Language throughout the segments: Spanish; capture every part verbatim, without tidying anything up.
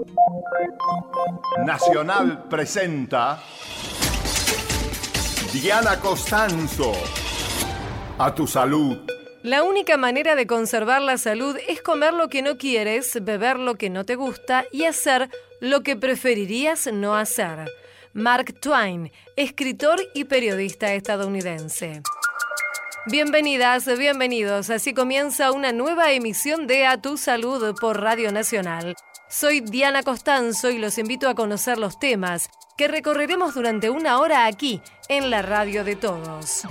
Nacional presenta Diana Costanzo. A tu salud. La única manera de conservar la salud es comer lo que no quieres, beber lo que no te gusta y hacer lo que preferirías no hacer. Mark Twain, escritor y periodista estadounidense. Bienvenidas, bienvenidos. Así comienza una nueva emisión de A tu Salud por Radio Nacional. Soy Diana Costanzo y los invito a conocer los temas que recorreremos durante una hora aquí, en la radio de todos.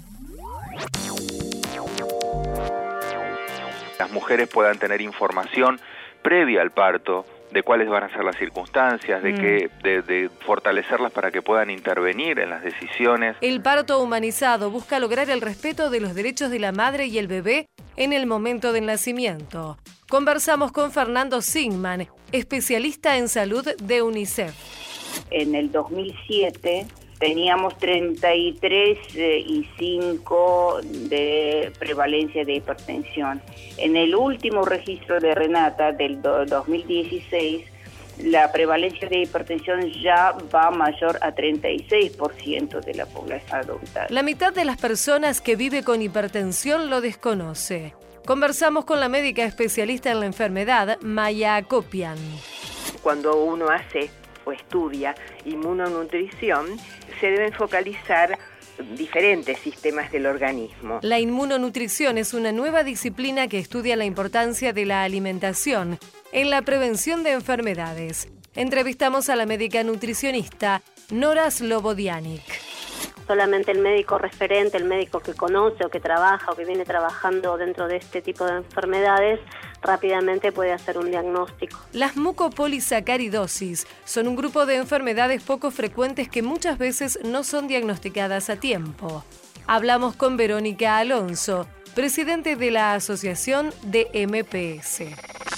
Las mujeres puedan tener información previa al parto de cuáles van a ser las circunstancias, de, mm. que, de, de fortalecerlas para que puedan intervenir en las decisiones. El parto humanizado busca lograr el respeto de los derechos de la madre y el bebé en el momento del nacimiento. Conversamos con Fernando Sigman, especialista en salud de UNICEF. En el dos mil siete teníamos treinta y tres y cinco de prevalencia de hipertensión. En el último registro de Renata del dos mil dieciséis, la prevalencia de hipertensión ya va mayor a treinta y seis por ciento de la población adulta. La mitad de las personas que vive con hipertensión lo desconoce. Conversamos con la médica especialista en la enfermedad, Maya Acopian. Cuando uno hace o estudia inmunonutrición, se deben focalizar diferentes sistemas del organismo. La inmunonutrición es una nueva disciplina que estudia la importancia de la alimentación en la prevención de enfermedades. Entrevistamos a la médica nutricionista Nora Slobodianik. Solamente el médico referente, el médico que conoce o que trabaja o que viene trabajando dentro de este tipo de enfermedades, rápidamente puede hacer un diagnóstico. Las mucopolisacaridosis son un grupo de enfermedades poco frecuentes que muchas veces no son diagnosticadas a tiempo. Hablamos con Verónica Alonso, presidente de la Asociación de M P S.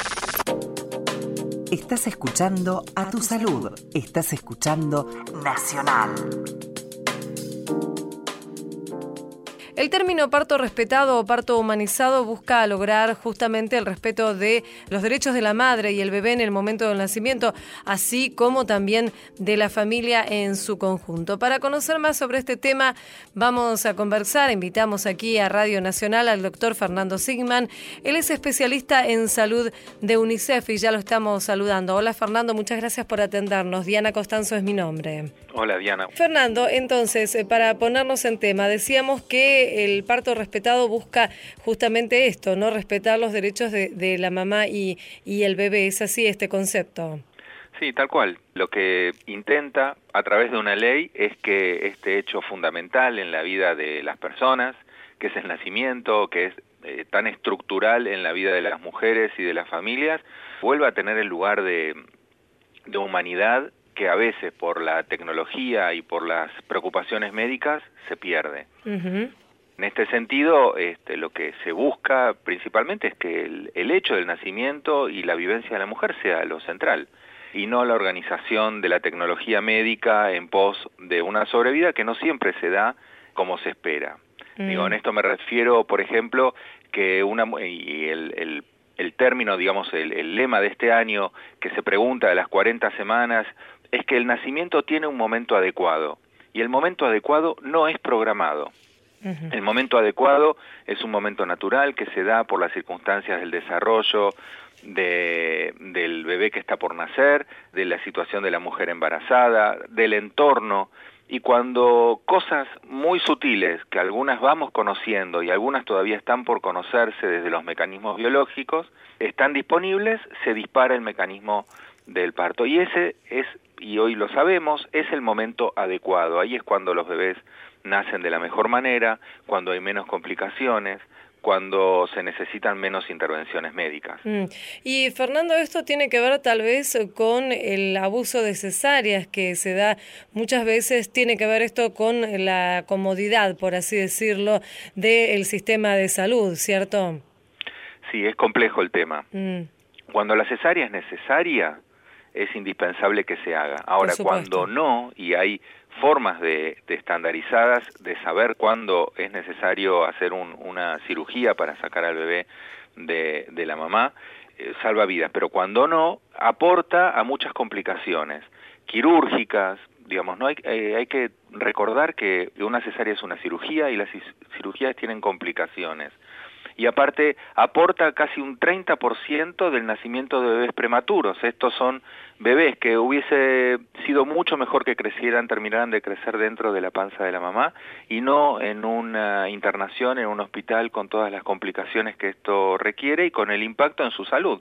Estás escuchando A tu Salud. Estás escuchando Nacional. El término parto respetado o parto humanizado busca lograr justamente el respeto de los derechos de la madre y el bebé en el momento del nacimiento, así como también de la familia en su conjunto. Para conocer más sobre este tema, vamos a conversar, invitamos aquí a Radio Nacional al doctor Fernando Sigman. Él es especialista en salud de UNICEF y ya lo estamos saludando. Hola Fernando, muchas gracias por atendernos. Diana Costanzo es mi nombre. Hola Diana. Fernando, entonces, para ponernos en tema, decíamos que el parto respetado busca justamente esto, ¿no? Respetar los derechos de, de la mamá y, y el bebé. ¿Es así este concepto? Sí, tal cual. Lo que intenta a través de una ley es que este hecho fundamental en la vida de las personas, que es el nacimiento, que es eh, tan estructural en la vida de las mujeres y de las familias, vuelva a tener el lugar de, de humanidad que a veces por la tecnología y por las preocupaciones médicas se pierde. Uh-huh. En este sentido, este, lo que se busca principalmente es que el, el hecho del nacimiento y la vivencia de la mujer sea lo central, y no la organización de la tecnología médica en pos de una sobrevida que no siempre se da como se espera. Mm. Digo, en esto me refiero, por ejemplo, que una y el, el, el término, digamos, el, el lema de este año que se pregunta de las cuarenta semanas, es que el nacimiento tiene un momento adecuado, y el momento adecuado no es programado. Uh-huh. El momento adecuado es un momento natural que se da por las circunstancias del desarrollo de, del bebé que está por nacer, de la situación de la mujer embarazada, del entorno, y cuando cosas muy sutiles, que algunas vamos conociendo y algunas todavía están por conocerse desde los mecanismos biológicos, están disponibles, se dispara el mecanismo del parto. Y ese es, y hoy lo sabemos, es el momento adecuado. Ahí es cuando los bebés nacen de la mejor manera, cuando hay menos complicaciones, cuando se necesitan menos intervenciones médicas. Mm. Y Fernando, esto tiene que ver tal vez con el abuso de cesáreas que se da muchas veces, tiene que ver esto con la comodidad, por así decirlo, del sistema de salud, ¿cierto? Sí, es complejo el tema. Mm. Cuando la cesárea es necesaria, es indispensable que se haga. Ahora, cuando no, y hay formas de, de estandarizadas de saber cuándo es necesario hacer un, una cirugía para sacar al bebé de, de la mamá, eh, salva vidas, pero cuando no, aporta a muchas complicaciones quirúrgicas. Digamos, no hay, eh, hay que recordar que una cesárea es una cirugía y las cirugías tienen complicaciones. Y aparte aporta casi un treinta por ciento del nacimiento de bebés prematuros. Estos son bebés que hubiese sido mucho mejor que crecieran, terminaran de crecer dentro de la panza de la mamá y no en una internación, en un hospital con todas las complicaciones que esto requiere y con el impacto en su salud.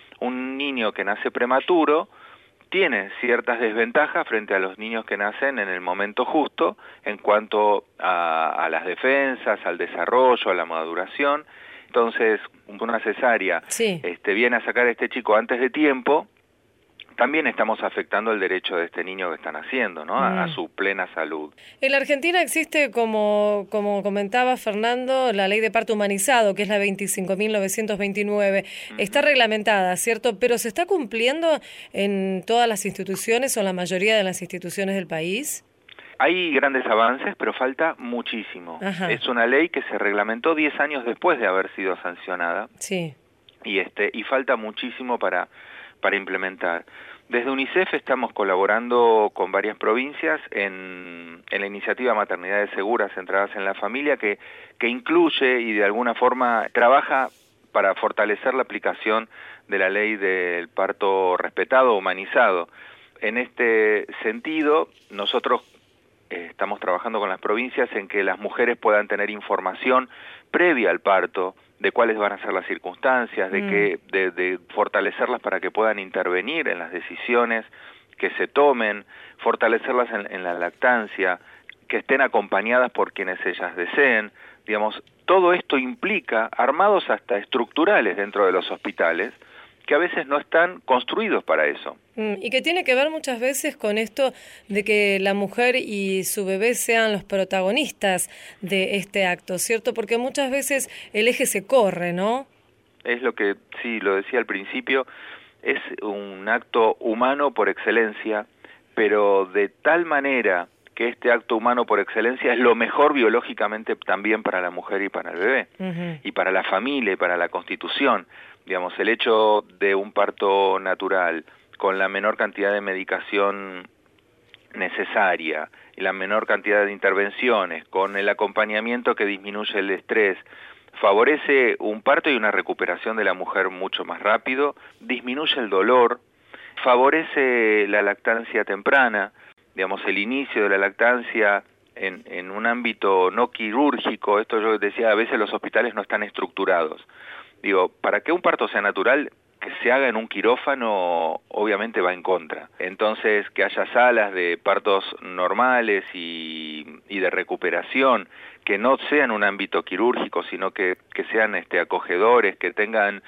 Un niño que nace prematuro tiene ciertas desventajas frente a los niños que nacen en el momento justo en cuanto a, a las defensas, al desarrollo, a la maduración. Entonces, una cesárea sí. este, viene a sacar a este chico antes de tiempo, también estamos afectando el derecho de este niño que está naciendo, ¿no? A, mm. a su plena salud. En la Argentina existe, como, como comentaba Fernando, la ley de parto humanizado, que es la veinticinco mil novecientos veintinueve. Mm. Está reglamentada, ¿cierto? Pero ¿se está cumpliendo en todas las instituciones o en la mayoría de las instituciones del país? Hay grandes avances, pero falta muchísimo. Ajá. Es una ley que se reglamentó diez años después de haber sido sancionada. Sí. Y, este, y falta muchísimo para, para implementar. Desde UNICEF estamos colaborando con varias provincias en, en la iniciativa Maternidades Seguras Centradas en la Familia, que, que incluye y de alguna forma trabaja para fortalecer la aplicación de la ley del parto respetado, humanizado. En este sentido, nosotros eh, estamos trabajando con las provincias en que las mujeres puedan tener información previa al parto, de cuáles van a ser las circunstancias, de, mm. que, de, de fortalecerlas para que puedan intervenir en las decisiones que se tomen, fortalecerlas en, en la lactancia, que estén acompañadas por quienes ellas deseen. Digamos, todo esto implica armados hasta estructurales dentro de los hospitales, que a veces no están construidos para eso. Mm, y que tiene que ver muchas veces con esto de que la mujer y su bebé sean los protagonistas de este acto, ¿cierto? Porque muchas veces el eje se corre, ¿no? Es lo que, sí, lo decía al principio, es un acto humano por excelencia, pero de tal manera que este acto humano por excelencia es lo mejor biológicamente también para la mujer y para el bebé, uh-huh. y para la familia y para la constitución. Digamos, el hecho de un parto natural con la menor cantidad de medicación necesaria y la menor cantidad de intervenciones, con el acompañamiento que disminuye el estrés, favorece un parto y una recuperación de la mujer mucho más rápido, disminuye el dolor, favorece la lactancia temprana, digamos, el inicio de la lactancia en, en un ámbito no quirúrgico. Esto yo decía, a veces los hospitales no están estructurados. Digo, para que un parto sea natural, que se haga en un quirófano obviamente va en contra. Entonces, que haya salas de partos normales y, y de recuperación, que no sean un ámbito quirúrgico, sino que, que sean este, acogedores, que tengan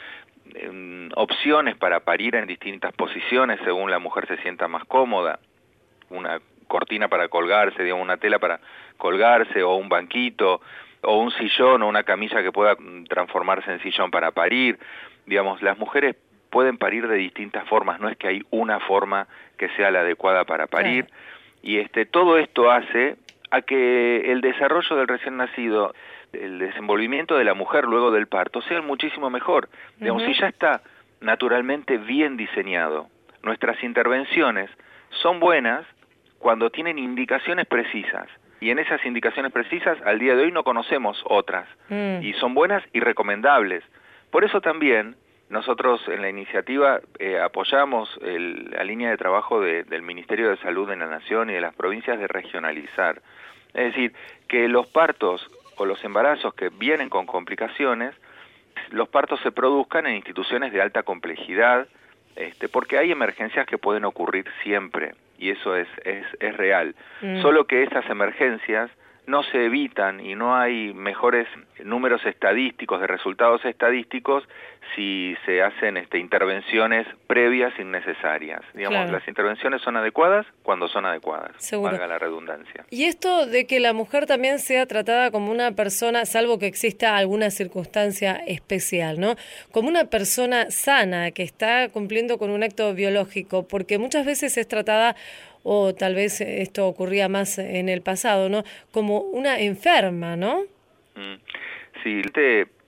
eh, opciones para parir en distintas posiciones según la mujer se sienta más cómoda, una cortina para colgarse, digamos, una tela para colgarse o un banquito, o un sillón o una camilla que pueda transformarse en sillón para parir. Digamos, las mujeres pueden parir de distintas formas, no es que hay una forma que sea la adecuada para parir, claro. Y este todo esto hace a que el desarrollo del recién nacido, el desenvolvimiento de la mujer luego del parto sea muchísimo mejor. Digamos, uh-huh. si ya está naturalmente bien diseñado, nuestras intervenciones son buenas cuando tienen indicaciones precisas. Y en esas indicaciones precisas, al día de hoy no conocemos otras, mm. y son buenas y recomendables. Por eso también nosotros en la iniciativa eh, apoyamos el, la línea de trabajo de, del Ministerio de Salud de la Nación y de las provincias de regionalizar. Es decir, que los partos o los embarazos que vienen con complicaciones, los partos se produzcan en instituciones de alta complejidad, este, porque hay emergencias que pueden ocurrir siempre. Y eso es, es, es real. Mm. Solo que esas emergencias no se evitan y no hay mejores números estadísticos, de resultados estadísticos, si se hacen este, intervenciones previas innecesarias. Digamos, claro. Las intervenciones son adecuadas cuando son adecuadas, seguro. Valga la redundancia. Y esto de que la mujer también sea tratada como una persona, salvo que exista alguna circunstancia especial, ¿no? Como una persona sana que está cumpliendo con un acto biológico, porque muchas veces es tratada, o tal vez esto ocurría más en el pasado, ¿no? Como una enferma, ¿no? Mm. Sí, este,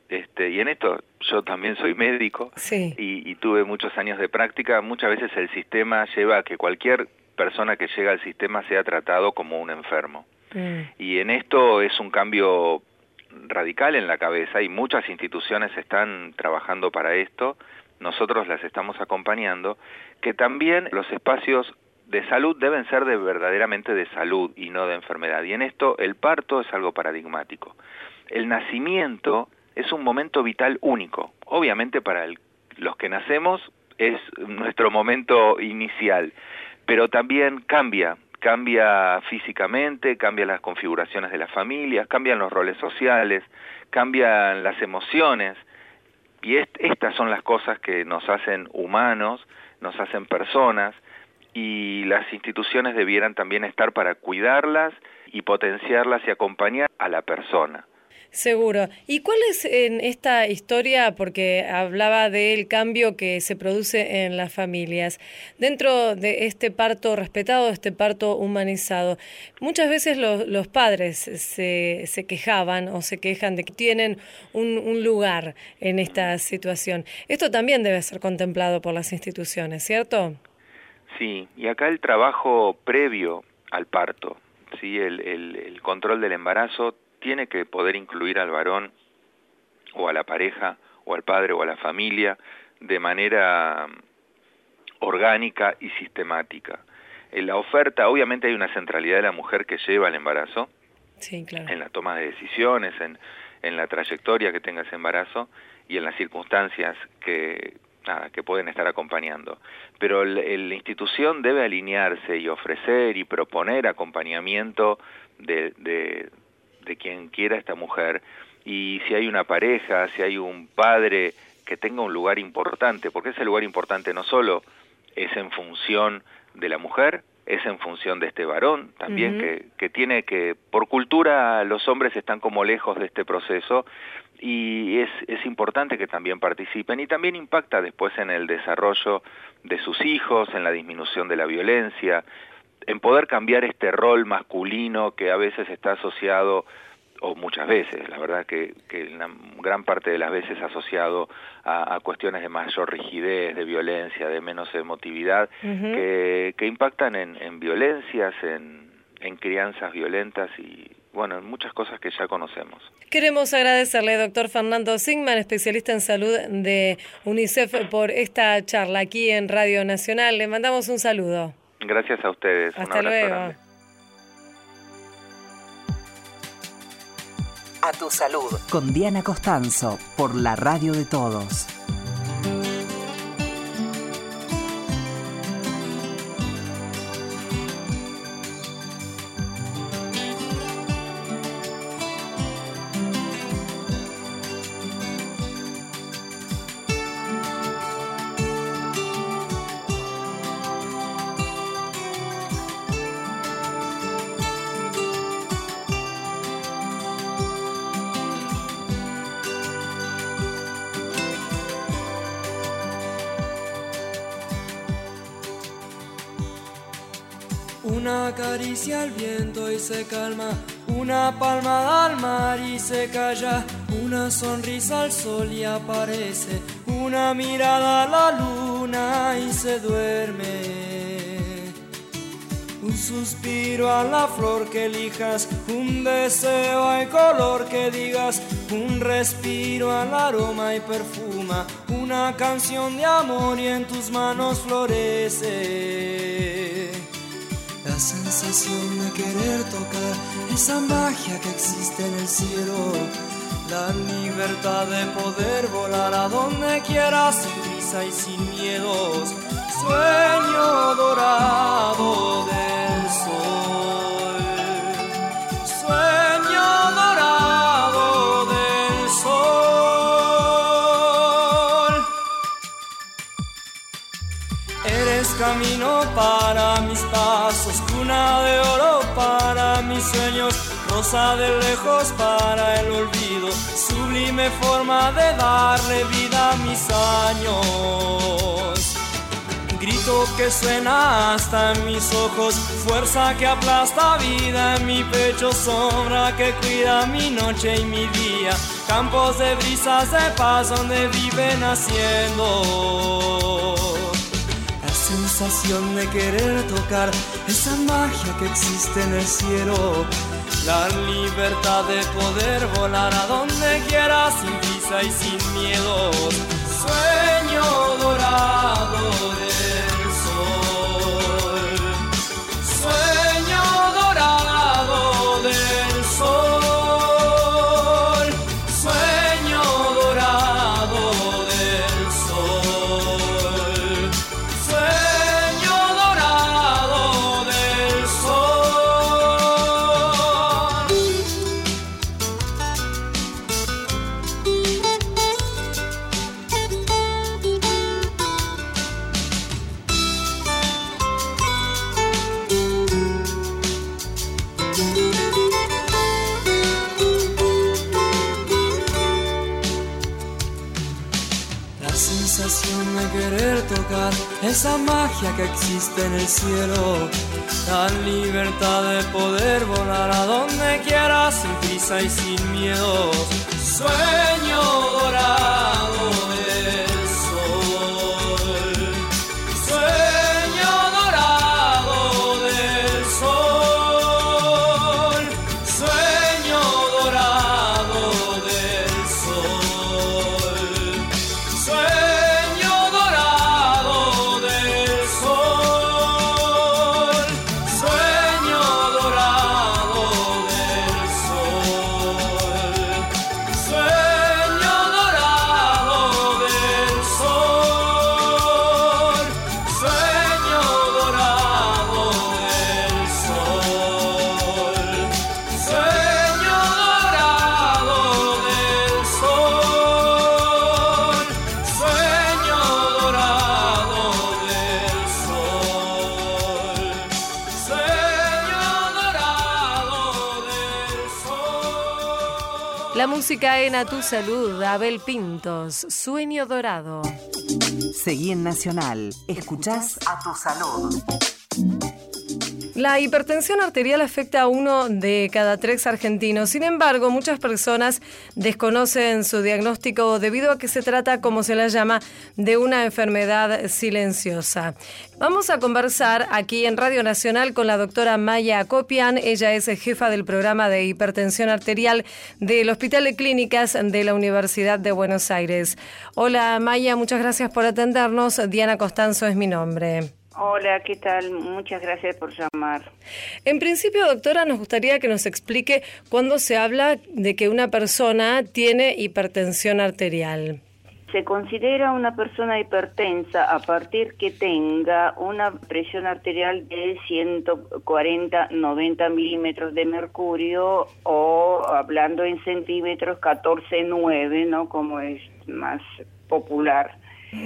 Este, y en esto yo también soy médico sí. y, y tuve muchos años de práctica. Muchas veces el sistema lleva a que cualquier persona que llega al sistema sea tratado como un enfermo. Mm. Y en esto es un cambio radical en la cabeza y muchas instituciones están trabajando para esto. Nosotros las estamos acompañando, que también los espacios de salud deben ser de verdaderamente de salud y no de enfermedad. Y en esto el parto es algo paradigmático. El nacimiento es un momento vital único. Obviamente para el, los que nacemos es nuestro momento inicial, pero también cambia, cambia físicamente, cambian las configuraciones de las familias, cambian los roles sociales, cambian las emociones, y est- estas son las cosas que nos hacen humanos, nos hacen personas, y las instituciones debieran también estar para cuidarlas y potenciarlas y acompañar a la persona. Seguro. ¿Y cuál es en esta historia, porque hablaba del cambio que se produce en las familias, dentro de este parto respetado, este parto humanizado? Muchas veces los, los padres se, se quejaban o se quejan de que tienen un, un lugar en esta situación. Esto también debe ser contemplado por las instituciones, ¿cierto? Sí, y acá el trabajo previo al parto, ¿sí? el, el, el control del embarazo tiene que poder incluir al varón o a la pareja o al padre o a la familia de manera orgánica y sistemática. En la oferta, obviamente hay una centralidad de la mujer que lleva el embarazo, sí, claro, en la toma de decisiones, en, en la trayectoria que tenga ese embarazo y en las circunstancias que, nada, que pueden estar acompañando. Pero el, el, la institución debe alinearse y ofrecer y proponer acompañamiento de, de de quien quiera esta mujer, y si hay una pareja, si hay un padre que tenga un lugar importante, porque ese lugar importante no solo es en función de la mujer, es en función de este varón también, uh-huh. que, que tiene que, por cultura los hombres están como lejos de este proceso, y es, es importante que también participen, y también impacta después en el desarrollo de sus hijos, en la disminución de la violencia, en poder cambiar este rol masculino que a veces está asociado, o muchas veces, la verdad que, que una gran parte de las veces asociado a, a cuestiones de mayor rigidez, de violencia, de menos emotividad, uh-huh. que, que impactan en, en violencias, en, en crianzas violentas y, bueno, en muchas cosas que ya conocemos. Queremos agradecerle, doctor Fernando Sigman, especialista en salud de UNICEF, por esta charla aquí en Radio Nacional. Le mandamos un saludo. Gracias a ustedes. Hasta luego. Grande. A tu salud. Con Diana Costanzo, por la radio de todos. Una caricia al viento y se calma, una palmada al mar y se calla, una sonrisa al sol y aparece, una mirada a la luna y se duerme. Un suspiro a la flor que elijas, un deseo al color que digas, un respiro al aroma y perfuma, una canción de amor y en tus manos florece. La sensación de querer tocar esa magia que existe en el cielo, la libertad de poder volar a donde quieras sin prisa y sin miedos, sueño dorado del sol, sueño dorado del sol. Eres camino para mis pasos, cuna de oro para mis sueños, rosa de lejos para el olvido, sublime forma de darle vida a mis años. grito que suena hasta en mis ojos, fuerza que aplasta vida en mi pecho, sombra que cuida mi noche y mi día, campos de brisas de paz donde vive naciendo. La sensación de querer tocar esa magia que existe en el cielo, la libertad de poder volar a donde quiera sin prisa y sin miedo. Sueño dorado del sol, sueño dorado del sol, sueño dorado del sol, sueño dorado del de querer tocar esa magia que existe en el cielo, la libertad de poder volar a donde quiera sin prisa y sin miedo. Sueño dorado del sol, sueño dorado del sol, sueño dorado del sol, sueño dorado del sol, sueño dorado del sol, sueño dorado del sol, sueño dorado del sol, sueño dorado del sol, sueño dorado del sol, sueño dorado del sol. La música en A Tu Salud, Abel Pintos, Sueño Dorado. Seguí en Nacional. Escuchás A Tu Salud. La hipertensión arterial afecta a uno de cada tres argentinos. Sin embargo, muchas personas desconocen su diagnóstico debido a que se trata, como se la llama, de una enfermedad silenciosa. Vamos a conversar aquí en Radio Nacional con la doctora Maya Acopian. Ella es jefa del programa de hipertensión arterial del Hospital de Clínicas de la Universidad de Buenos Aires. Hola Maya, muchas gracias por atendernos. Diana Costanzo es mi nombre. Hola, ¿qué tal? Muchas gracias por llamar. En principio, doctora, nos gustaría que nos explique cuándo se habla de que una persona tiene hipertensión arterial. Se considera una persona hipertensa a partir que tenga una presión arterial de ciento cuarenta a noventa milímetros de mercurio o, hablando en centímetros, catorce nueve, ¿no? Como es más popular.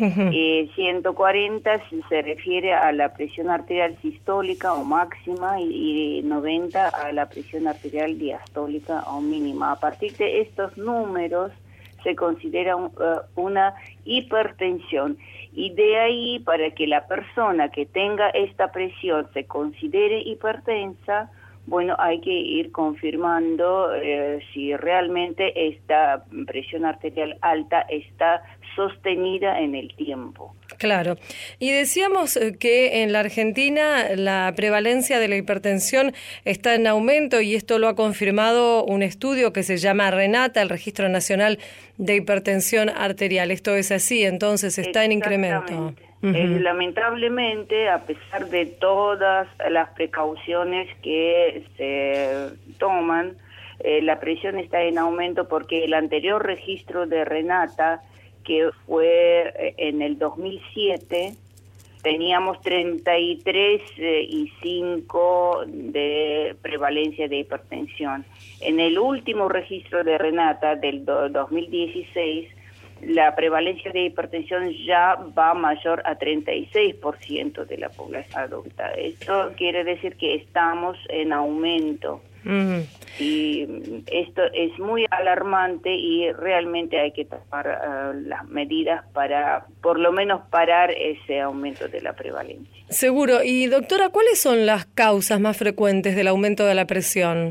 Eh, ciento cuarenta se refiere a la presión arterial sistólica o máxima y, y noventa a la presión arterial diastólica o mínima. A partir de estos números se considera un, uh, una hipertensión, y de ahí, para que la persona que tenga esta presión se considere hipertensa, bueno, hay que ir confirmando eh, si realmente esta presión arterial alta está sostenida en el tiempo. Claro. Y decíamos que en la Argentina la prevalencia de la hipertensión está en aumento, y esto lo ha confirmado un estudio que se llama RENATA, el Registro Nacional de Hipertensión Arterial. Esto es así, entonces está en incremento. Uh-huh. Eh, lamentablemente, a pesar de todas las precauciones que se toman, eh, la presión está en aumento, porque el anterior registro de RENATA, que fue en el dos mil siete, teníamos treinta y tres y cinco de prevalencia de hipertensión. En el último registro de RENATA del dos mil dieciséis, la prevalencia de hipertensión ya va mayor a treinta y seis por ciento de la población adulta. Esto quiere decir que estamos en aumento. Mm. Y esto es muy alarmante y realmente hay que tomar uh, las medidas para por lo menos parar ese aumento de la prevalencia. Seguro. Y doctora, ¿cuáles son las causas más frecuentes del aumento de la presión?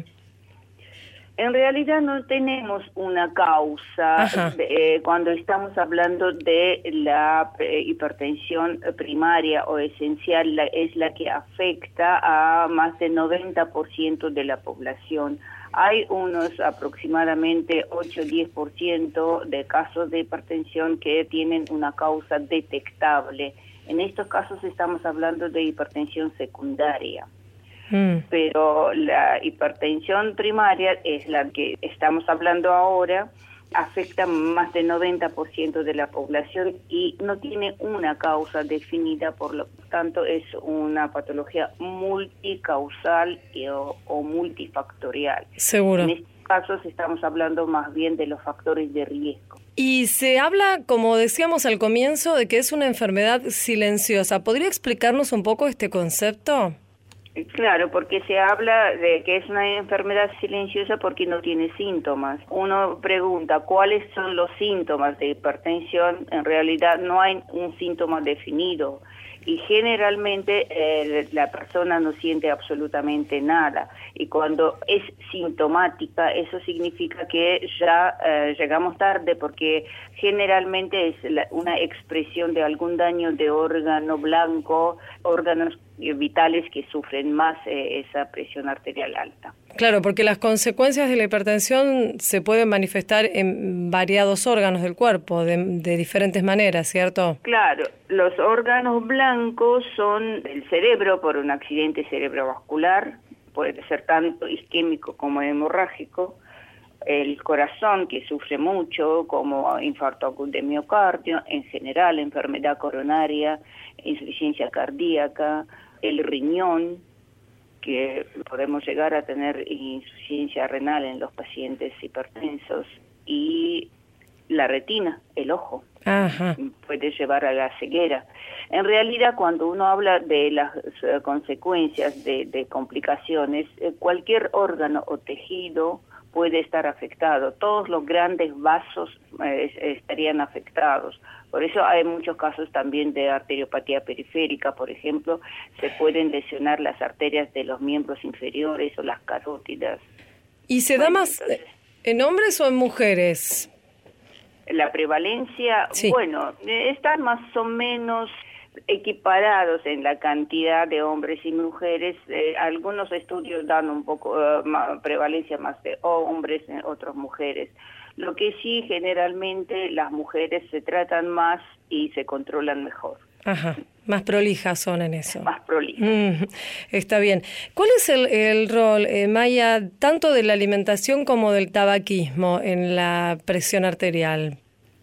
En realidad no tenemos una causa eh, cuando estamos hablando de la eh, hipertensión primaria o esencial, la, es la que afecta a más del noventa por ciento de la población. Hay unos aproximadamente ocho a diez por ciento de casos de hipertensión que tienen una causa detectable. En estos casos estamos hablando de hipertensión secundaria. Mm. Pero la hipertensión primaria es la que estamos hablando ahora, afecta más del noventa por ciento de la población y no tiene una causa definida, por lo tanto es una patología multicausal y, o, o multifactorial. Seguro. En estos casos estamos hablando más bien de los factores de riesgo. Y se habla, como decíamos al comienzo, de que es una enfermedad silenciosa. ¿Podría explicarnos un poco este concepto? Claro, porque se habla de que es una enfermedad silenciosa porque no tiene síntomas. Uno pregunta cuáles son los síntomas de hipertensión. En realidad no hay un síntoma definido y generalmente eh, la persona no siente absolutamente nada. Y cuando es sintomática, eso significa que ya eh, llegamos tarde porque generalmente es la, una expresión de algún daño de órgano blanco, órganos vitales que sufren más eh, esa presión arterial alta. Claro, porque las consecuencias de la hipertensión se pueden manifestar en variados órganos del cuerpo, de, de diferentes maneras, ¿cierto? Claro, los órganos blancos son el cerebro por un accidente cerebrovascular, puede ser tanto isquémico como hemorrágico, el corazón que sufre mucho como infarto agudo de miocardio, en general enfermedad coronaria, insuficiencia cardíaca, el riñón, que podemos llegar a tener insuficiencia renal en los pacientes hipertensos, y la retina, el ojo, Ajá. puede llevar a la ceguera. En realidad, cuando uno habla de las uh, consecuencias de, de complicaciones, eh, cualquier órgano o tejido puede estar afectado. Todos los grandes vasos eh, estarían afectados. Por eso hay muchos casos también de arteriopatía periférica, por ejemplo, se pueden lesionar las arterias de los miembros inferiores o las carótidas. ¿Y se bueno, da más entonces, en hombres o en mujeres? La prevalencia, sí. bueno, están más o menos equiparados en la cantidad de hombres y mujeres. Eh, algunos estudios dan un poco uh, más, prevalencia más de hombres, en otras mujeres. Lo que sí, generalmente las mujeres se tratan más y se controlan mejor. Ajá, más prolijas son en eso. Más prolijas. Mm, está bien. ¿Cuál es el, el rol, eh, Maya, tanto de la alimentación como del tabaquismo en la presión arterial?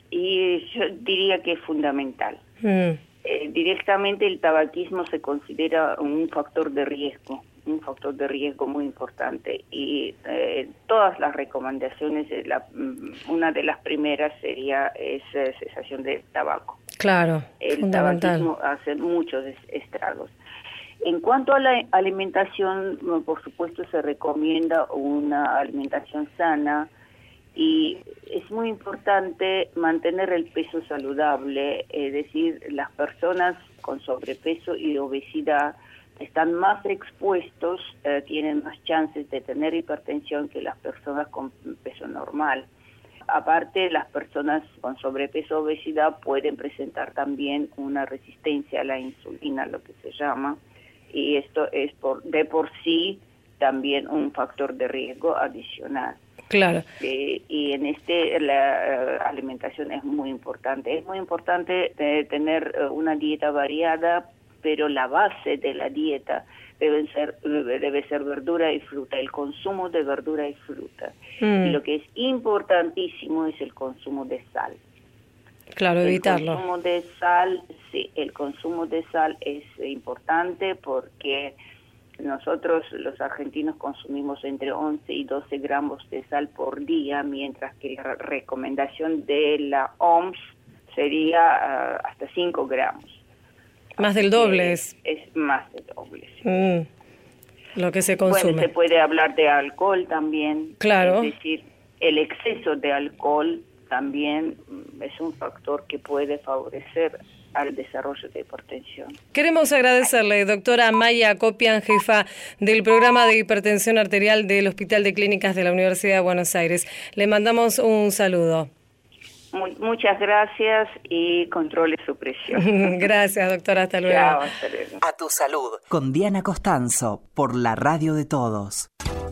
Y yo diría que es fundamental. Mm. Eh, directamente el tabaquismo se considera un factor de riesgo, un factor de riesgo muy importante, y eh, todas las recomendaciones, la, una de las primeras sería esa cesación del tabaco. Claro, el fundamental. tabaquismo hace muchos estragos. En cuanto a la alimentación, por supuesto se recomienda una alimentación sana, y es muy importante mantener el peso saludable, es decir, las personas con sobrepeso y obesidad están más expuestos, eh, tienen más chances de tener hipertensión que las personas con peso normal. Aparte, las personas con sobrepeso o obesidad pueden presentar también una resistencia a la insulina, lo que se llama, y esto es por, de por sí también un factor de riesgo adicional. Claro. Eh, y en este la uh, alimentación es muy importante. Es muy importante eh, tener uh, una dieta variada, pero la base de la dieta deben ser debe ser verdura y fruta, el consumo de verdura y fruta. Mm. Y lo que es importantísimo es el consumo de sal. Claro, evitarlo. El consumo de sal, sí, el consumo de sal es importante porque nosotros los argentinos consumimos entre once y doce gramos de sal por día, mientras que la recomendación de la O M S sería uh, hasta cinco gramos. Más del doble es. Es más del doble, sí. Mm. lo que se consume. Bueno, se puede hablar de alcohol también. Claro. Es decir, el exceso de alcohol también es un factor que puede favorecer al desarrollo de hipertensión. Queremos agradecerle, doctora Maya Copian, jefa del programa de hipertensión arterial del Hospital de Clínicas de la Universidad de Buenos Aires. Le mandamos un saludo. Muy, muchas gracias y controle su presión. Gracias, doctora. Hasta luego. Chao, hasta luego. A tu salud. Con Diana Costanzo, por la radio de todos.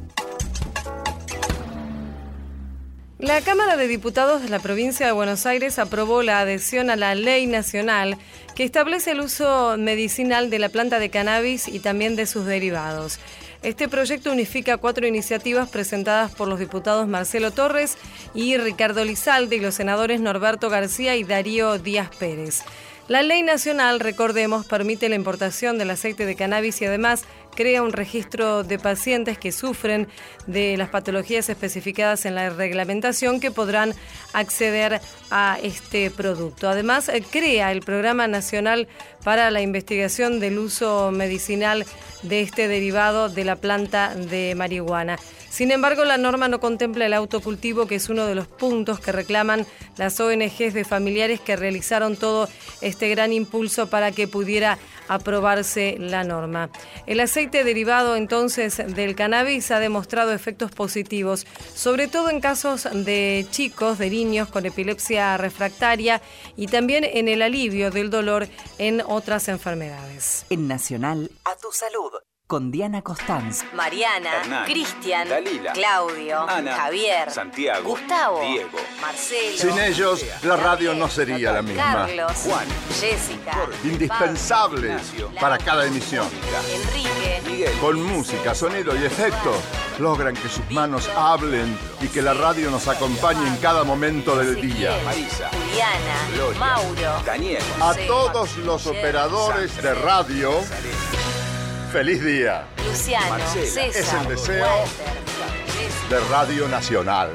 La Cámara de Diputados de la Provincia de Buenos Aires aprobó la adhesión a la Ley Nacional que establece el uso medicinal de la planta de cannabis y también de sus derivados. Este proyecto unifica cuatro iniciativas presentadas por los diputados Marcelo Torres y Ricardo Lizalde y los senadores Norberto García y Darío Díaz Pérez. La ley nacional, recordemos, permite la importación del aceite de cannabis y además crea un registro de pacientes que sufren de las patologías especificadas en la reglamentación que podrán acceder a este producto. Además, crea el Programa Nacional para la Investigación del Uso Medicinal de este derivado de la planta de marihuana. Sin embargo, la norma no contempla el autocultivo, que es uno de los puntos que reclaman las O N Ges de familiares que realizaron todo este gran impulso para que pudiera aprobarse la norma. El aceite derivado entonces del cannabis ha demostrado efectos positivos, sobre todo en casos de chicos, de niños con epilepsia refractaria y también en el alivio del dolor en otras enfermedades. En Nacional, a tu salud. Con Diana Costanz, Mariana, Cristian, Dalila, Claudio, Ana, Javier, Santiago, Gustavo, Diego, Marcelo. Sin ellos, la radio no sería la misma. Carlos, Juan, Jessica, Indispensables Pablo, para cada emisión. Enrique, Miguel. Con música, sonido y efectos, logran que sus manos hablen y que la radio nos acompañe en cada momento del día. Marisa, Juliana, Gloria, Mauro, Daniel, A todos los operadores de radio, feliz día. Luciano, Marcela. César, Es el deseo Walter, de Radio Nacional.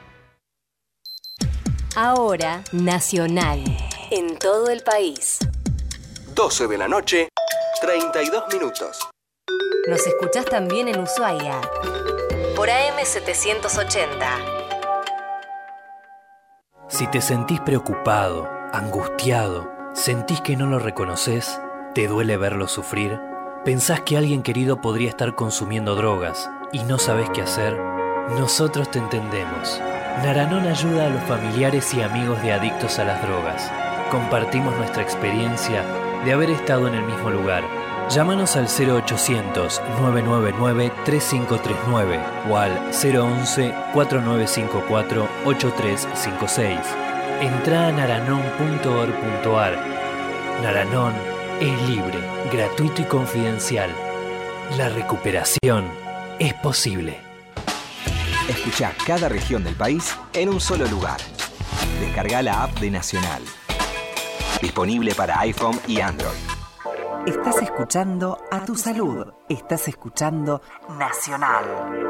Ahora, Nacional. En todo el país. doce de la noche, treinta y dos minutos. Nos escuchás también en Ushuaia. Por A M setecientos ochenta. Si te sentís preocupado, angustiado, sentís que no lo reconoces, te duele verlo sufrir, pensás que alguien querido podría estar consumiendo drogas y no sabés qué hacer, nosotros te entendemos. Naranón ayuda a los familiares y amigos de adictos a las drogas. Compartimos nuestra experiencia de haber estado en el mismo lugar. Llámanos al cero ochocientos, nueve nueve nueve, tres cinco tres nueve o al cero once, cuatro nueve cinco cuatro, ocho tres cinco seis. Entrá a naranón punto org punto ar. Naranón es libre, gratuito y confidencial. La recuperación es posible. Escuchá cada región del país en un solo lugar. Descarga la app de Nacional. Disponible para iPhone y Android. Estás escuchando A tu salud. Estás escuchando Nacional.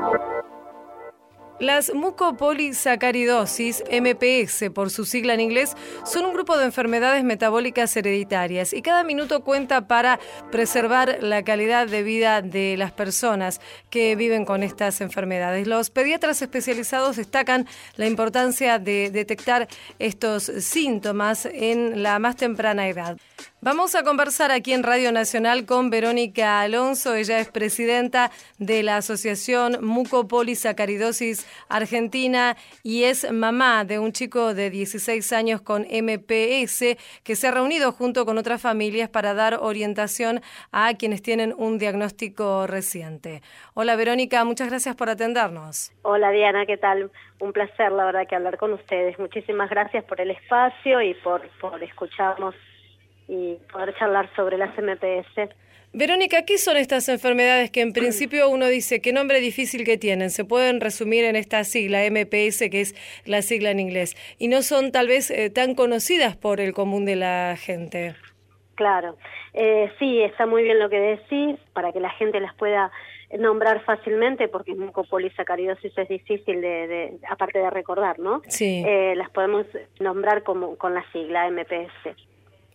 Las mucopolisacaridosis, M P S por su sigla en inglés, son un grupo de enfermedades metabólicas hereditarias y cada minuto cuenta para preservar la calidad de vida de las personas que viven con estas enfermedades. Los pediatras especializados destacan la importancia de detectar estos síntomas en la más temprana edad. Vamos a conversar aquí en Radio Nacional con Verónica Alonso. Ella es presidenta de la Asociación Mucopolisacaridosis Argentina y es mamá de un chico de dieciséis años con M P S que se ha reunido junto con otras familias para dar orientación a quienes tienen un diagnóstico reciente. Hola Verónica, muchas gracias por atendernos. Hola Diana, ¿qué tal? Un placer, la verdad, que hablar con ustedes. Muchísimas gracias por el espacio y por, por escucharnos y poder charlar sobre las M P S. Verónica, ¿qué son estas enfermedades que en principio uno dice qué nombre difícil que tienen? Se pueden resumir en esta sigla, M P S, que es la sigla en inglés, y no son tal vez eh, tan conocidas por el común de la gente. Claro, eh, sí, está muy bien lo que decís, para que la gente las pueda nombrar fácilmente, porque mucopolisacaridosis es difícil, de, de aparte de recordar, ¿no? Sí. Eh, las podemos nombrar como con la sigla M P S.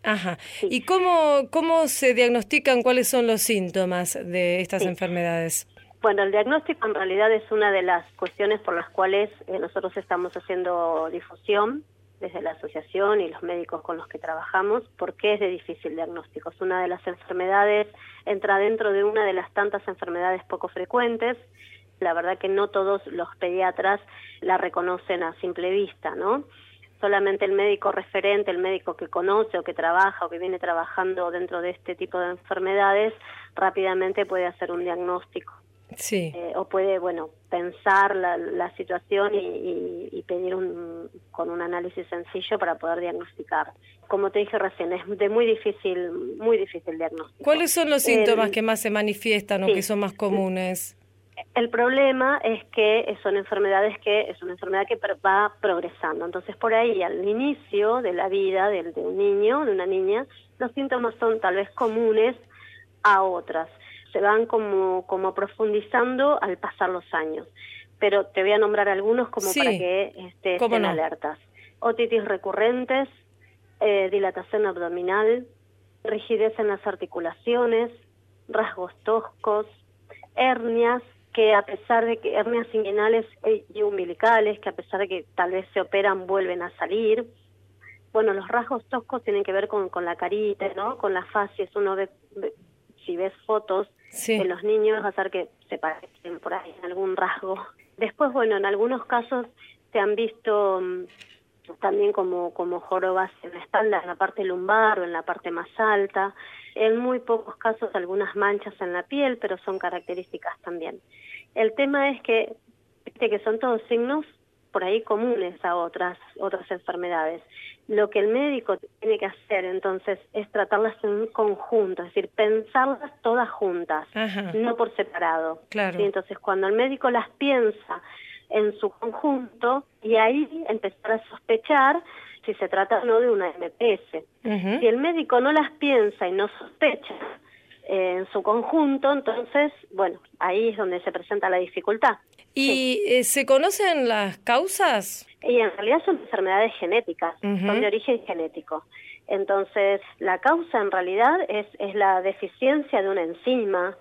Ajá. Sí. ¿Y cómo, cómo se diagnostican, cuáles son los síntomas de estas sí. enfermedades? Bueno, el diagnóstico en realidad es una de las cuestiones por las cuales eh, nosotros estamos haciendo difusión desde la asociación y los médicos con los que trabajamos, porque es de difícil diagnóstico. Es una de las enfermedades, entra dentro de una de las tantas enfermedades poco frecuentes. La verdad que no todos los pediatras la reconocen a simple vista, ¿no? Solamente el médico referente, el médico que conoce o que trabaja o que viene trabajando dentro de este tipo de enfermedades, rápidamente puede hacer un diagnóstico. Sí. Eh, o puede, bueno, pensar la, la situación y, y, y pedir un, con un análisis sencillo para poder diagnosticar. Como te dije recién, es de muy difícil, muy difícil diagnóstico. ¿Cuáles son los síntomas eh, que más se manifiestan o sí. que son más comunes? El problema es que son enfermedades que es una enfermedad que va progresando. Entonces, por ahí, al inicio de la vida de, de un niño, de una niña, los síntomas son tal vez comunes a otras. Se van como, como profundizando al pasar los años. Pero te voy a nombrar algunos como sí. para que este, estén no? alertas. Otitis recurrentes, eh, dilatación abdominal, rigidez en las articulaciones, rasgos toscos, hernias, que a pesar de que hernias inguinales y umbilicales, que a pesar de que tal vez se operan, vuelven a salir. Bueno, los rasgos toscos tienen que ver con, con la carita, ¿no? Con las facies. Uno ve, ve si ves fotos sí. de los niños, va a ser que se parecen por ahí en algún rasgo. Después, bueno, en algunos casos se han visto um, también como, como jorobas en la espalda, en la parte lumbar o en la parte más alta. En muy pocos casos algunas manchas en la piel, pero son características también. El tema es que, viste que son todos signos por ahí comunes a otras otras enfermedades. Lo que el médico tiene que hacer entonces es tratarlas en un conjunto, es decir, pensarlas todas juntas, Ajá. no por separado. Claro. ¿Sí? Entonces, cuando el médico las piensa en su conjunto, y ahí empezar a sospechar si se trata o no de una M P S. Uh-huh. Si el médico no las piensa y no sospecha eh, en su conjunto, entonces, bueno, ahí es donde se presenta la dificultad. ¿Y sí. eh, se conocen las causas? Y en realidad son enfermedades genéticas, uh-huh. son de origen genético. Entonces, la causa en realidad es, es la deficiencia de una enzima.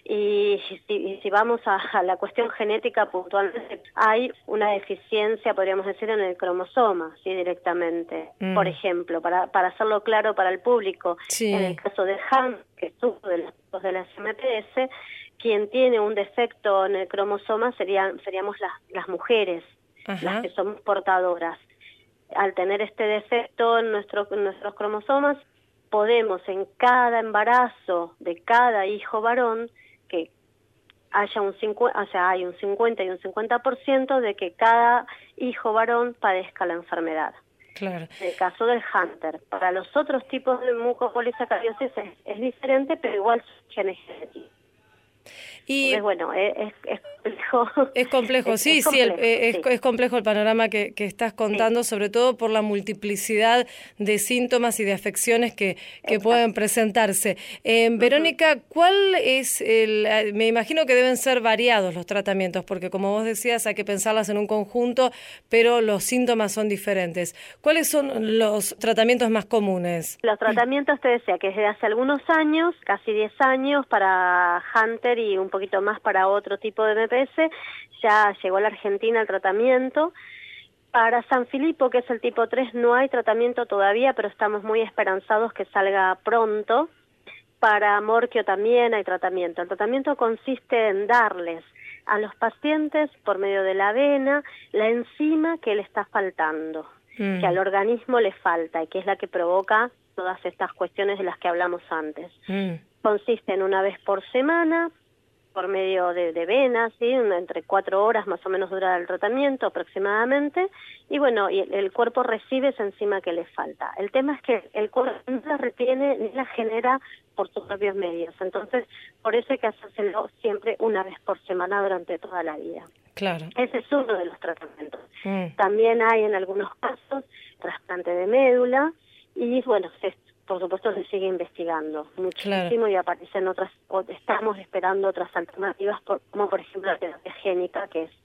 Y si, y si vamos a, a la cuestión genética puntualmente, hay una deficiencia, podríamos decir, en el cromosoma, sí, directamente. Mm. Por ejemplo, para, para hacerlo claro para el público, sí. en el caso de Han, que sufre de los de las M P S, quien tiene un defecto en el cromosoma serían, seríamos las, las mujeres, Ajá. las que somos portadoras. Al tener este defecto en, nuestro, en nuestros cromosomas, podemos en cada embarazo de cada hijo varón que haya un cincuenta, o sea, hay un cincuenta y un cincuenta por ciento de que cada hijo varón padezca la enfermedad. Claro. En el caso del Hunter. Para los otros tipos de mucopolisacaridosis es, es diferente, pero igual son genes genéticos. Y Entonces, bueno, es, es, es complejo. Es complejo, es, sí, es complejo, sí, el, es, sí. es complejo el panorama que, que estás contando, sí. sobre todo por la multiplicidad de síntomas y de afecciones que, que pueden presentarse. Eh, uh-huh. Verónica, ¿cuál es el...? Me imagino que deben ser variados los tratamientos, porque como vos decías, hay que pensarlas en un conjunto, pero los síntomas son diferentes. ¿Cuáles son los tratamientos más comunes? Los tratamientos, te decía, que desde hace algunos años, casi diez años, para Hunter y un poquito más para otro tipo de M P S, ya llegó a la Argentina el tratamiento. Para San Filipo, que es el tipo tres, no hay tratamiento todavía, pero estamos muy esperanzados que salga pronto. Para Morquio también hay tratamiento. El tratamiento consiste en darles a los pacientes, por medio de la avena, la enzima que le está faltando, mm. que al organismo le falta y que es la que provoca todas estas cuestiones de las que hablamos antes. Mm. Consiste en una vez por semana, por medio de, de venas, ¿sí? Entre cuatro horas más o menos dura el tratamiento aproximadamente, y bueno, y el, el cuerpo recibe esa enzima que le falta. El tema es que el cuerpo no la retiene ni la genera por sus propios medios, entonces por eso hay que hacérselo siempre una vez por semana durante toda la vida. Claro. Ese es uno de los tratamientos. Mm. También hay en algunos casos trasplante de médula, y bueno, se por supuesto se sigue investigando muchísimo, claro. y aparecen otras, o estamos esperando otras alternativas, por, como por ejemplo la terapia génica, que es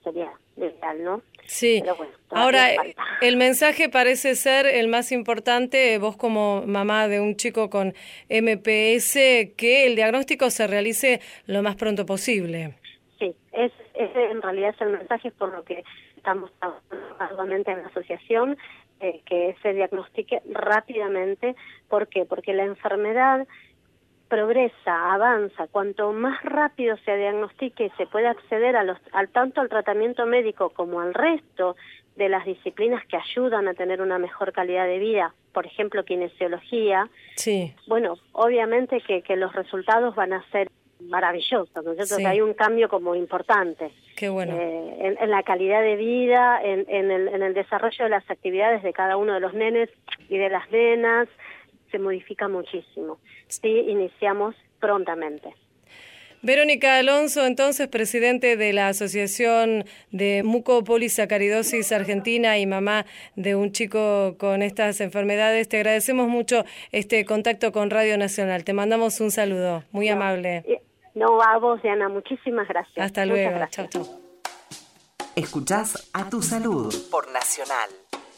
sería ideal, ¿no? Sí. Pero bueno, ahora, falta. El mensaje parece ser el más importante, vos como mamá de un chico con M P S, que el diagnóstico se realice lo más pronto posible. Sí, es, ese en realidad es el mensaje por lo que estamos trabajando arduamente en la asociación, eh, que se diagnostique rápidamente. ¿Por qué? Porque la enfermedad progresa, avanza. Cuanto más rápido se diagnostique y se puede acceder a los, al tanto al tratamiento médico como al resto de las disciplinas que ayudan a tener una mejor calidad de vida, por ejemplo, kinesiología, sí. bueno, obviamente que, que los resultados van a ser maravillosos, ¿no es cierto? Sí. Que hay un cambio como importante. Qué bueno. Eh, en, en la calidad de vida, en, en, el, en el desarrollo de las actividades de cada uno de los nenes y de las nenas, se modifica muchísimo. Sí, iniciamos prontamente. Verónica Alonso, entonces, presidente de la Asociación de Mucopolisacaridosis Argentina y mamá de un chico con estas enfermedades, te agradecemos mucho este contacto con Radio Nacional. Te mandamos un saludo, muy no, amable. No, a vos, Diana, muchísimas gracias. Hasta luego, chao, chao. Escuchás A Tu Salud por Nacional.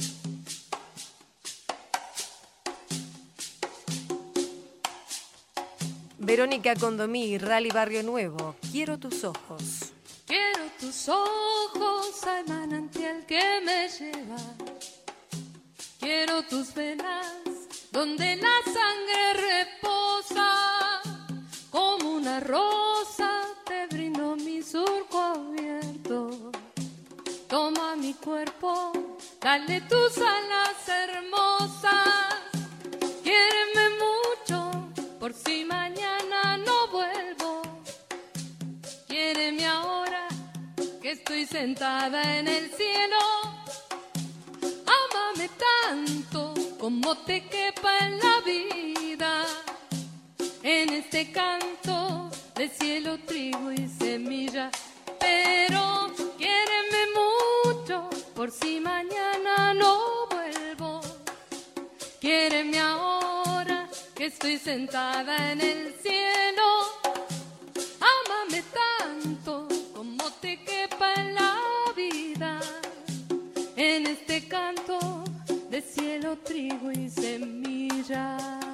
Verónica Condomí, Rally Barrio Nuevo, Quiero tus ojos. Quiero tus ojos al manantial que me lleva. Quiero tus venas donde la sangre reposa. Como una rosa te brindo mi surco abierto. Toma mi cuerpo, dale tus alas hermosas. Quiéreme mucho por si mañana no vuelvo. Quiéreme ahora que estoy sentada en el cielo. Ámame tanto como te quepa en la vida. En este canto de cielo, trigo y semilla. Pero quiéreme mucho por si mañana no vuelvo. Quiéreme ahora que estoy sentada en el cielo. Ámame tanto como te quepa en la vida. En este canto de cielo, trigo y semilla.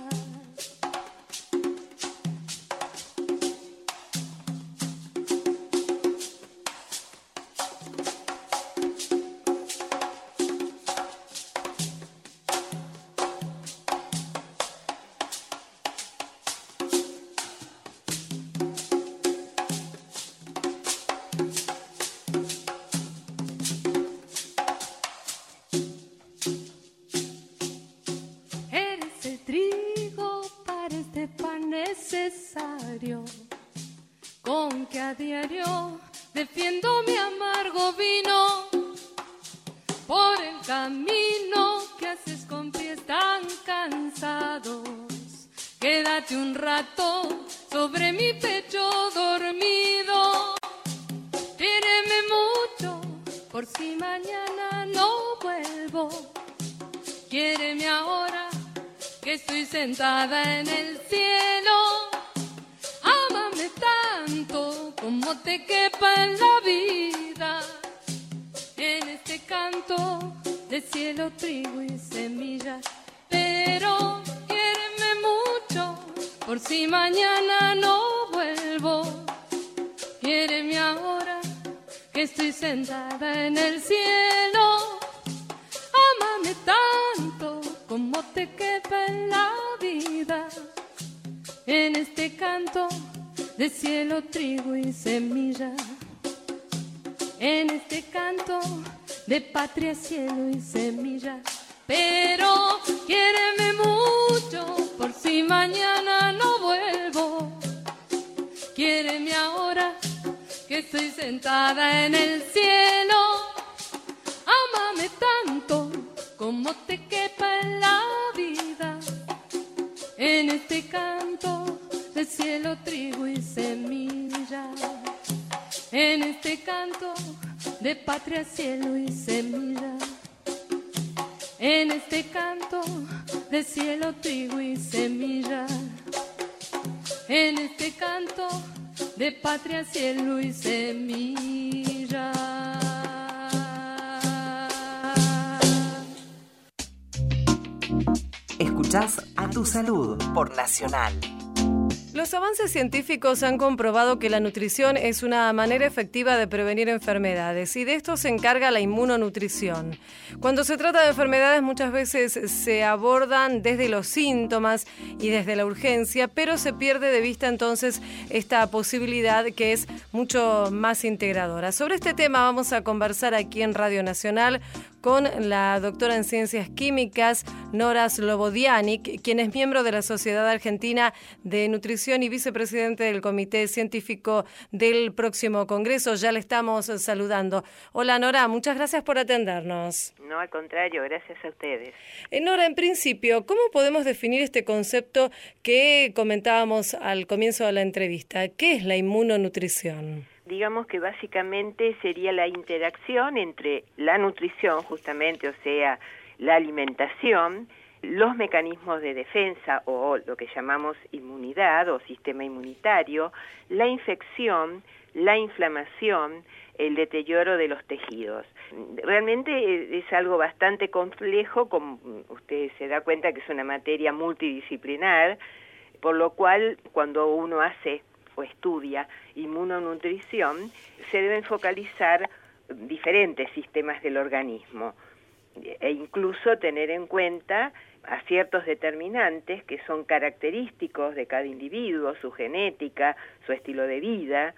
Con que a diario defiendo mi amargo vino por el camino que haces con pies tan cansados. Quédate un rato sobre mi pecho dormido. Quiéreme mucho por si mañana no vuelvo. Quiéreme ahora que estoy sentada en el cielo. Ámame tanto como te quepa en la vida. En este canto de cielo, trigo y semilla. Pero quiéreme mucho por si mañana no vuelvo. Quiéreme ahora que estoy sentada en el cielo. Ámame tanto como te quepa en la vida. En este canto de cielo, trigo y semilla. En este canto de patria, cielo y semilla. Pero quiéreme mucho por si mañana no vuelvo. Quiéreme ahora que estoy sentada en el cielo. Ámame tanto como te quepa en la vida. En este canto de cielo, trigo y semilla. En este canto de patria, cielo y semilla. En este canto de cielo, trigo y semilla. En este canto de patria, cielo y semilla. Escuchás A Tu Salud por Nacional. Los avances científicos han comprobado que la nutrición es una manera efectiva de prevenir enfermedades y de esto se encarga la inmunonutrición. Cuando se trata de enfermedades muchas veces se abordan desde los síntomas y desde la urgencia, pero se pierde de vista entonces esta posibilidad que es mucho más integradora. Sobre este tema vamos a conversar aquí en Radio Nacional con la doctora en Ciencias Químicas, Nora Slobodianik, quien es miembro de la Sociedad Argentina de Nutrición y vicepresidente del Comité Científico del próximo Congreso. Ya le estamos saludando. Hola Nora, muchas gracias por atendernos. No, al contrario, gracias a ustedes. Eh, Nora, en principio, ¿cómo podemos definir este concepto que comentábamos al comienzo de la entrevista? ¿Qué es la inmunonutrición? Digamos que básicamente sería la interacción entre la nutrición, justamente, o sea, la alimentación, los mecanismos de defensa o lo que llamamos inmunidad o sistema inmunitario, la infección, la inflamación, el deterioro de los tejidos. Realmente es algo bastante complejo, como usted se da cuenta que es una materia multidisciplinar, por lo cual cuando uno hace o estudia inmunonutrición, se deben focalizar diferentes sistemas del organismo e incluso tener en cuenta a ciertos determinantes que son característicos de cada individuo, su genética, su estilo de vida.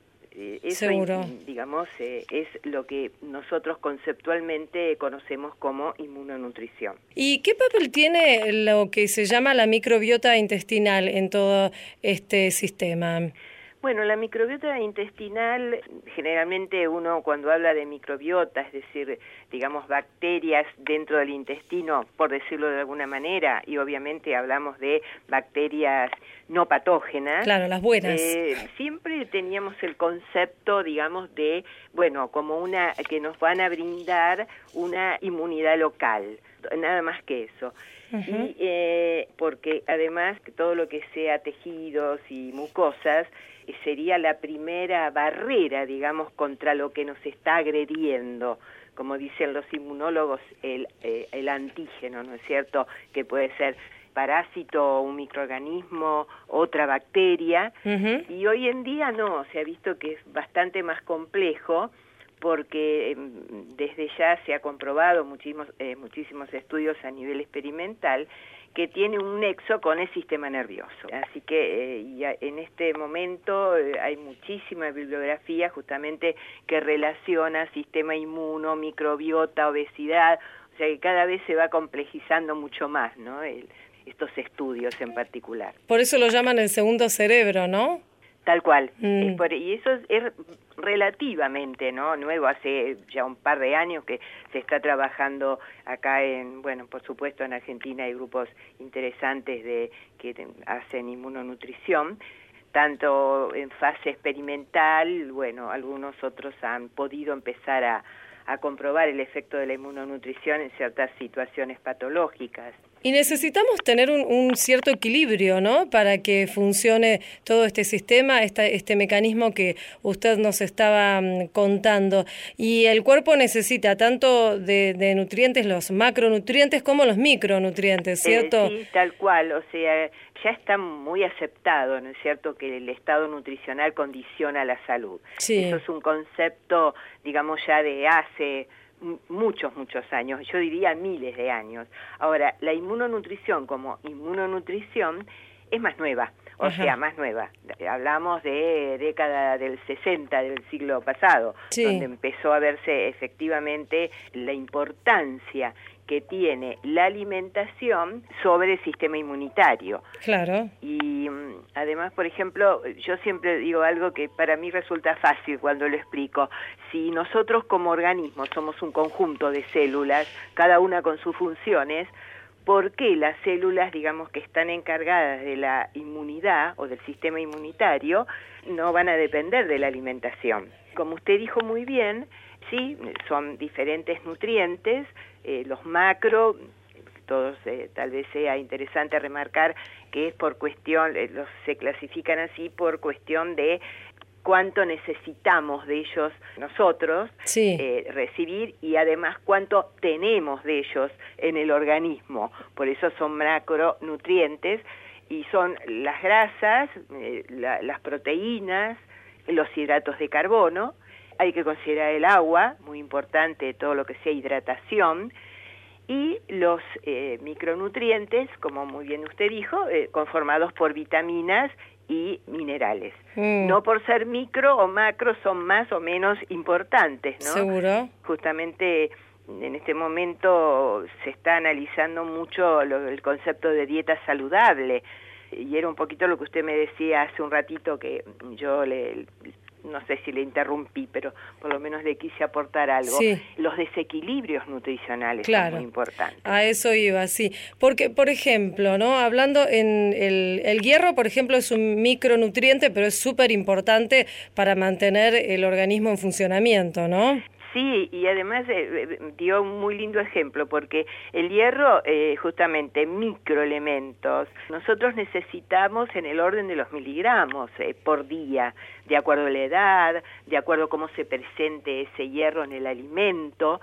Eso, Seguro. digamos, eh, es lo que nosotros conceptualmente conocemos como inmunonutrición. ¿Y qué papel tiene lo que se llama la microbiota intestinal en todo este sistema? Bueno, la microbiota intestinal, generalmente uno cuando habla de microbiota, es decir, digamos bacterias dentro del intestino, por decirlo de alguna manera, y obviamente hablamos de bacterias no patógenas. Claro, las buenas. Eh, siempre teníamos el concepto, digamos, de, bueno, como una, que nos van a brindar una inmunidad local, nada más que eso. Uh-huh. Y eh, porque además todo lo que sea tejidos y mucosas eh, sería la primera barrera, digamos, contra lo que nos está agrediendo, como dicen los inmunólogos, el, eh, el antígeno, ¿no es cierto?, que puede ser parásito, un microorganismo, otra bacteria, uh-huh. Y hoy en día no, se ha visto que es bastante más complejo, porque desde ya se ha comprobado muchísimos, eh, muchísimos estudios a nivel experimental que tiene un nexo con el sistema nervioso. Así que eh, ya en este momento eh, hay muchísima bibliografía justamente que relaciona sistema inmuno, microbiota, obesidad, o sea que cada vez se va complejizando mucho más, ¿no? El, estos estudios en particular. Por eso lo llaman el segundo cerebro, ¿no? Tal cual. Mm. Es por, y eso es, es relativamente no nuevo, hace ya un par de años que se está trabajando acá en, bueno, por supuesto en Argentina hay grupos interesantes de que hacen inmunonutrición, tanto en fase experimental, bueno, algunos otros han podido empezar a, a comprobar el efecto de la inmunonutrición en ciertas situaciones patológicas. Y necesitamos tener un, un cierto equilibrio, ¿no?, para que funcione todo este sistema, esta, este mecanismo que usted nos estaba um, contando. Y el cuerpo necesita tanto de, de nutrientes, los macronutrientes, como los micronutrientes, ¿cierto? Eh, sí, tal cual. O sea, ya está muy aceptado, ¿no es cierto?, que el estado nutricional condiciona la salud. Sí. Eso es un concepto, digamos, ya de hace muchos, muchos años, yo diría miles de años. Ahora, la inmunonutrición como inmunonutrición es más nueva, o Ajá. sea, más nueva. Hablamos de década del sesenta del siglo pasado, sí. donde empezó a verse efectivamente la importancia que tiene la alimentación sobre el sistema inmunitario. Claro. Y además, por ejemplo, yo siempre digo algo que para mí resulta fácil cuando lo explico. Si nosotros como organismo somos un conjunto de células, cada una con sus funciones, ¿por qué las células, digamos, que están encargadas de la inmunidad o del sistema inmunitario no van a depender de la alimentación? Como usted dijo muy bien, sí, son diferentes nutrientes, eh, los macro, todos eh, tal vez sea interesante remarcar que es por cuestión, eh, los se clasifican así por cuestión de cuánto necesitamos de ellos nosotros sí. eh, recibir y además cuánto tenemos de ellos en el organismo. Por eso son macronutrientes y son las grasas, eh, la, las proteínas, los hidratos de carbono. Hay que considerar el agua, muy importante, todo lo que sea hidratación, y los eh, micronutrientes, como muy bien usted dijo, eh, conformados por vitaminas y minerales. Mm. No por ser micro o macro son más o menos importantes, ¿no? Seguro. Justamente en este momento se está analizando mucho lo, el concepto de dieta saludable, y era un poquito lo que usted me decía hace un ratito, que yo le... no sé si le interrumpí, pero por lo menos le quise aportar algo. Sí. Los desequilibrios nutricionales claro. son muy importantes. A eso iba, sí. Porque, por ejemplo, ¿no? Hablando en el, el hierro, por ejemplo, es un micronutriente, pero es súper importante para mantener el organismo en funcionamiento, ¿no? Sí, y además eh, dio un muy lindo ejemplo, porque el hierro, eh, justamente microelementos, nosotros necesitamos en el orden de los miligramos eh, por día, de acuerdo a la edad, de acuerdo a cómo se presente ese hierro en el alimento.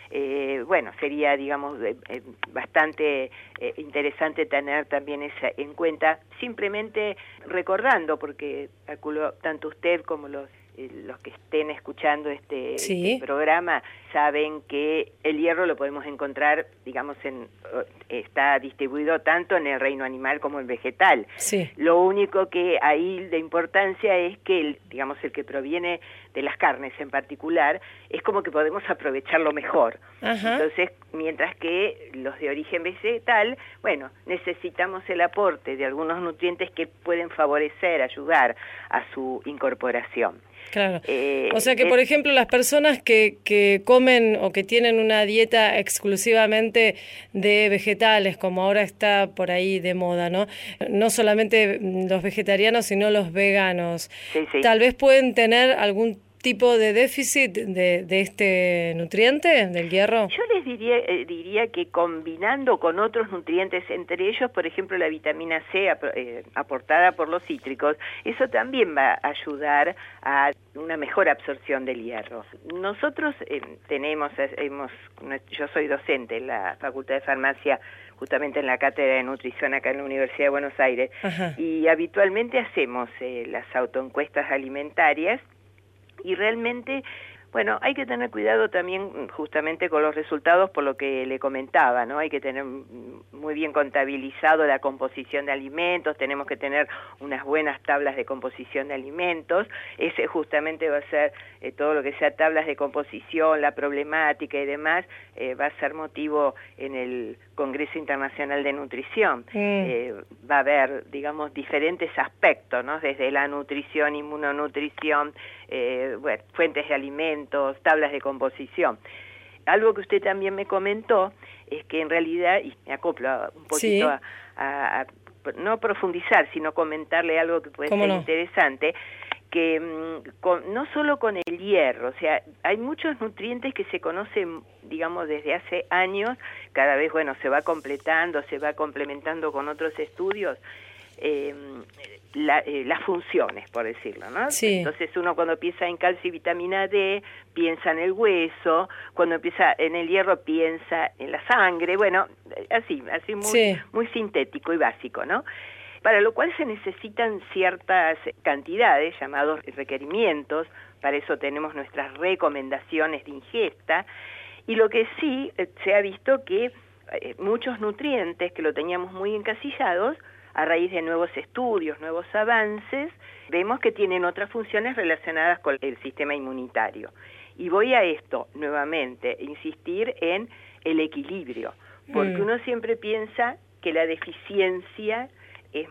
Eh, bueno, sería, digamos, eh, eh, bastante eh, interesante tener también esa en cuenta, simplemente recordando, porque calculo tanto usted como los los que estén escuchando este, sí. este programa saben que el hierro lo podemos encontrar, digamos, en está distribuido tanto en el reino animal como en vegetal. Sí. Lo único que ahí de importancia es que, el, digamos, el que proviene de las carnes en particular, es como que podemos aprovecharlo mejor. Ajá. Entonces, mientras que los de origen vegetal, bueno, necesitamos el aporte de algunos nutrientes que pueden favorecer, ayudar a su incorporación. Claro. Eh, o sea que, es, por ejemplo, las personas que, que comen o que tienen una dieta exclusivamente de vegetales, como ahora está por ahí de moda, ¿no? No solamente los vegetarianos, sino los veganos. Sí, sí. Tal vez pueden tener algún tipo de déficit de, de este nutriente, del hierro. Yo les diría, eh, diría que combinando con otros nutrientes, entre ellos, por ejemplo, la vitamina C ap eh, aportada por los cítricos, eso también va a ayudar a una mejor absorción del hierro. Nosotros eh, tenemos, hemos, yo soy docente en la Facultad de Farmacia, justamente en la Cátedra de Nutrición acá en la Universidad de Buenos Aires, Ajá. y habitualmente hacemos eh, las autoencuestas alimentarias, y realmente, bueno, hay que tener cuidado también justamente con los resultados, por lo que le comentaba, ¿no? Hay que tener muy bien contabilizado la composición de alimentos, tenemos que tener unas buenas tablas de composición de alimentos. Ese justamente va a ser eh, todo lo que sea tablas de composición, la problemática y demás, eh, va a ser motivo en el Congreso Internacional de Nutrición. Mm. Eh, va a haber, digamos, diferentes aspectos, ¿no? Desde la nutrición, inmunonutrición, eh, bueno, fuentes de alimentos, tablas de composición. Algo que usted también me comentó es que en realidad, y me acoplo un poquito sí. a, a, a no profundizar, sino comentarle algo que puede ser no? interesante, que mmm, con, no solo con el hierro, o sea, hay muchos nutrientes que se conocen, digamos, desde hace años, cada vez, bueno, se va completando, se va complementando con otros estudios, eh, la, eh, las funciones, por decirlo, ¿no? Sí. Entonces uno cuando piensa en calcio y vitamina D, piensa en el hueso, cuando empieza en el hierro piensa en la sangre, bueno, así, así muy, sí. muy sintético y básico, ¿no? Para lo cual se necesitan ciertas cantidades, llamados requerimientos, para eso tenemos nuestras recomendaciones de ingesta, y lo que sí eh, se ha visto que eh, muchos nutrientes que lo teníamos muy encasillados, a raíz de nuevos estudios, nuevos avances, vemos que tienen otras funciones relacionadas con el sistema inmunitario. Y voy a esto, nuevamente, insistir en el equilibrio, porque mm. uno siempre piensa que la deficiencia es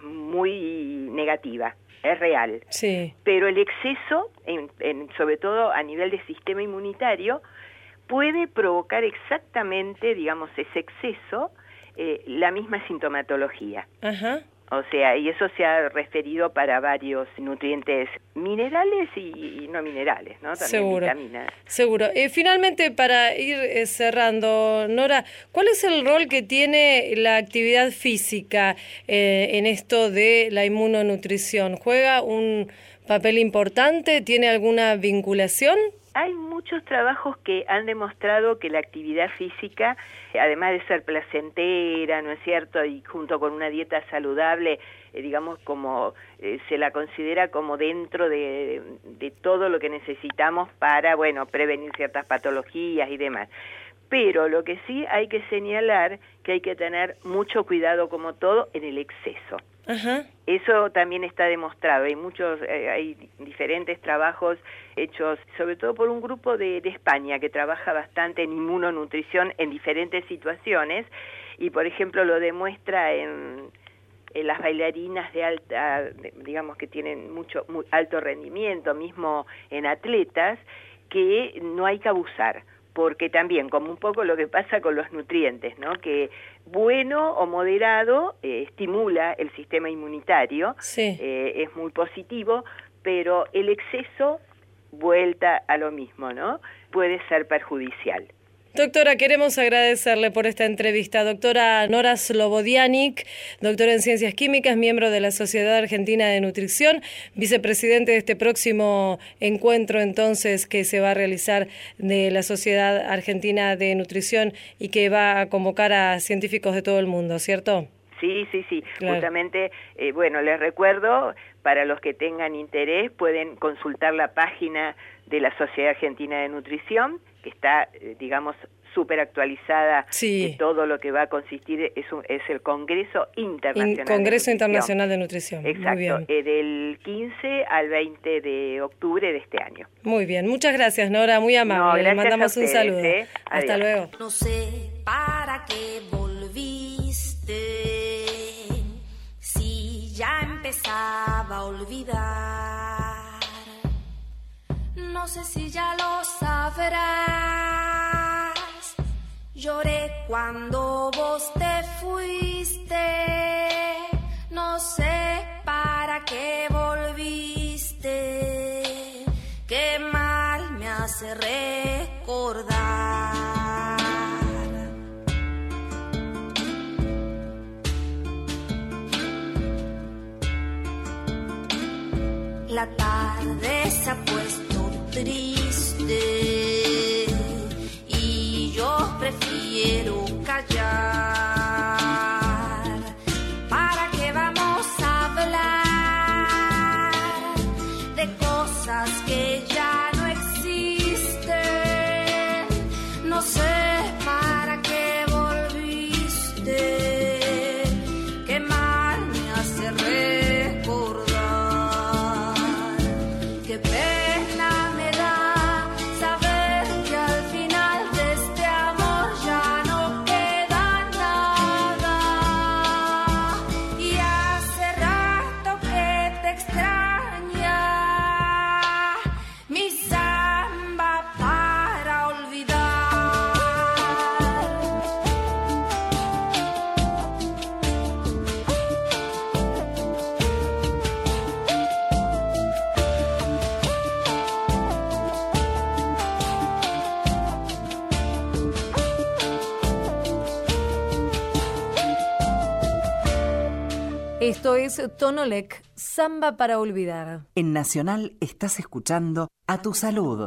muy negativa, es real. Sí. Pero el exceso, en, en, sobre todo a nivel de sistema inmunitario, puede provocar exactamente, digamos, ese exceso, eh, la misma sintomatología. Ajá. O sea, y eso se ha referido para varios nutrientes minerales y, y no minerales, ¿no? También Seguro. vitaminas. Seguro. Eh, finalmente, para ir eh, cerrando, Nora, ¿cuál es el rol que tiene la actividad física eh, en esto de la inmunonutrición? ¿Juega un papel importante? ¿Tiene alguna vinculación? Hay muchos trabajos que han demostrado que la actividad física, además de ser placentera, ¿no es cierto?, y junto con una dieta saludable, eh, digamos, como eh, se la considera como dentro de, de todo lo que necesitamos para, bueno, prevenir ciertas patologías y demás. Pero lo que sí hay que señalar que hay que tener mucho cuidado, como todo, en el exceso. Ajá. Eso también está demostrado. Hay muchos, eh, hay diferentes trabajos hechos, sobre todo por un grupo de, de España que trabaja bastante en inmunonutrición en diferentes situaciones, y por ejemplo lo demuestra en, en las bailarinas de alta, de, digamos que tienen mucho muy alto rendimiento, mismo en atletas, que no hay que abusar. Porque también, como un poco lo que pasa con los nutrientes, ¿no? Que bueno o moderado eh, estimula el sistema inmunitario, sí. eh, es muy positivo, pero el exceso, vuelta a lo mismo, ¿no? Puede ser perjudicial. Doctora, queremos agradecerle por esta entrevista. Doctora Nora Slobodianik, doctora en Ciencias Químicas, miembro de la Sociedad Argentina de Nutrición, vicepresidente de este próximo encuentro entonces que se va a realizar de la Sociedad Argentina de Nutrición y que va a convocar a científicos de todo el mundo, ¿cierto? Sí, sí, sí. Claro. Justamente, eh, bueno, les recuerdo, para los que tengan interés, pueden consultar la página de la Sociedad Argentina de Nutrición, que está, eh, digamos, súper actualizada, sí. de todo lo que va a consistir, es, un, es el Congreso Internacional In, Congreso de Internacional de Nutrición. Exacto, Muy bien. Eh, del quince al veinte de octubre de este año. Muy bien, muchas gracias, Nora, muy amable. No, Le mandamos ustedes, un saludo. ¿eh? Hasta luego. No sé para qué volviste, si ya empezaba a olvidar. No sé si ya lo sabrás. Lloré cuando vos te fuiste. No sé para qué volviste. Qué mal me hace recordar. La tarde se ha puesto triste y yo prefiero callar. ¿Para qué vamos a hablar de cosas que ya no existen? No sé para qué volviste. Qué mal me hace recordar. Qué pena me da saber que al final de este amor ya no queda nada. Y hace rato que te extraña mi samba para olvidar. Esto es Tonolec, Samba para olvidar. En Nacional estás escuchando A Tu Salud.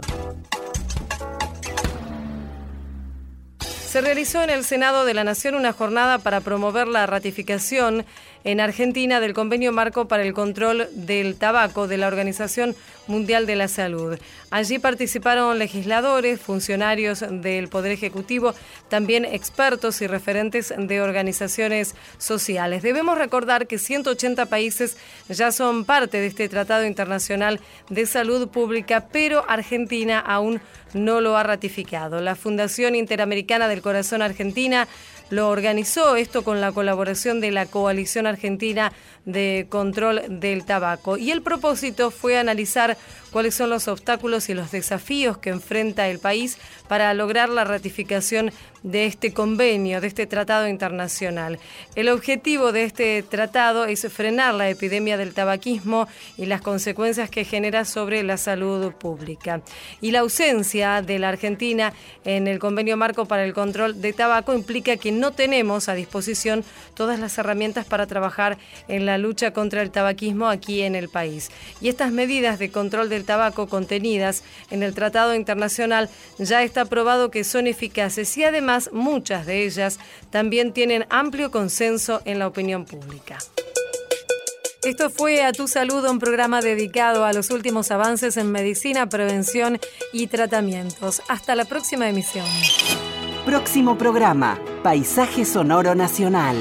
Se realizó en el Senado de la Nación una jornada para promover la ratificación en Argentina del Convenio Marco para el Control del Tabaco de la Organización Mundial de la Salud. Allí participaron legisladores, funcionarios del Poder Ejecutivo, también expertos y referentes de organizaciones sociales. Debemos recordar que ciento ochenta países ya son parte de este Tratado Internacional de Salud Pública, pero Argentina aún no lo ha ratificado. La Fundación Interamericana del Corazón Argentina lo organizó, esto con la colaboración de la Coalición Argentina de Control del Tabaco. Y el propósito fue analizar cuáles son los obstáculos y los desafíos que enfrenta el país para lograr la ratificación de este convenio, de este tratado internacional. El objetivo de este tratado es frenar la epidemia del tabaquismo y las consecuencias que genera sobre la salud pública. Y la ausencia de la Argentina en el convenio marco para el control de tabaco implica que no tenemos a disposición todas las herramientas para trabajar en la lucha contra el tabaquismo aquí en el país. Y estas medidas de control del tabaco contenidas en el Tratado Internacional ya está probado que son eficaces y además muchas de ellas también tienen amplio consenso en la opinión pública. Esto fue A Tu Salud, un programa dedicado a los últimos avances en medicina, prevención y tratamientos. Hasta la próxima emisión. Próximo programa, Paisaje Sonoro Nacional.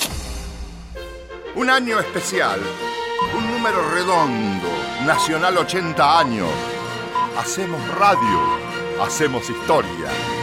Un año especial, un número redondo, Nacional ochenta años. Hacemos radio, hacemos historia.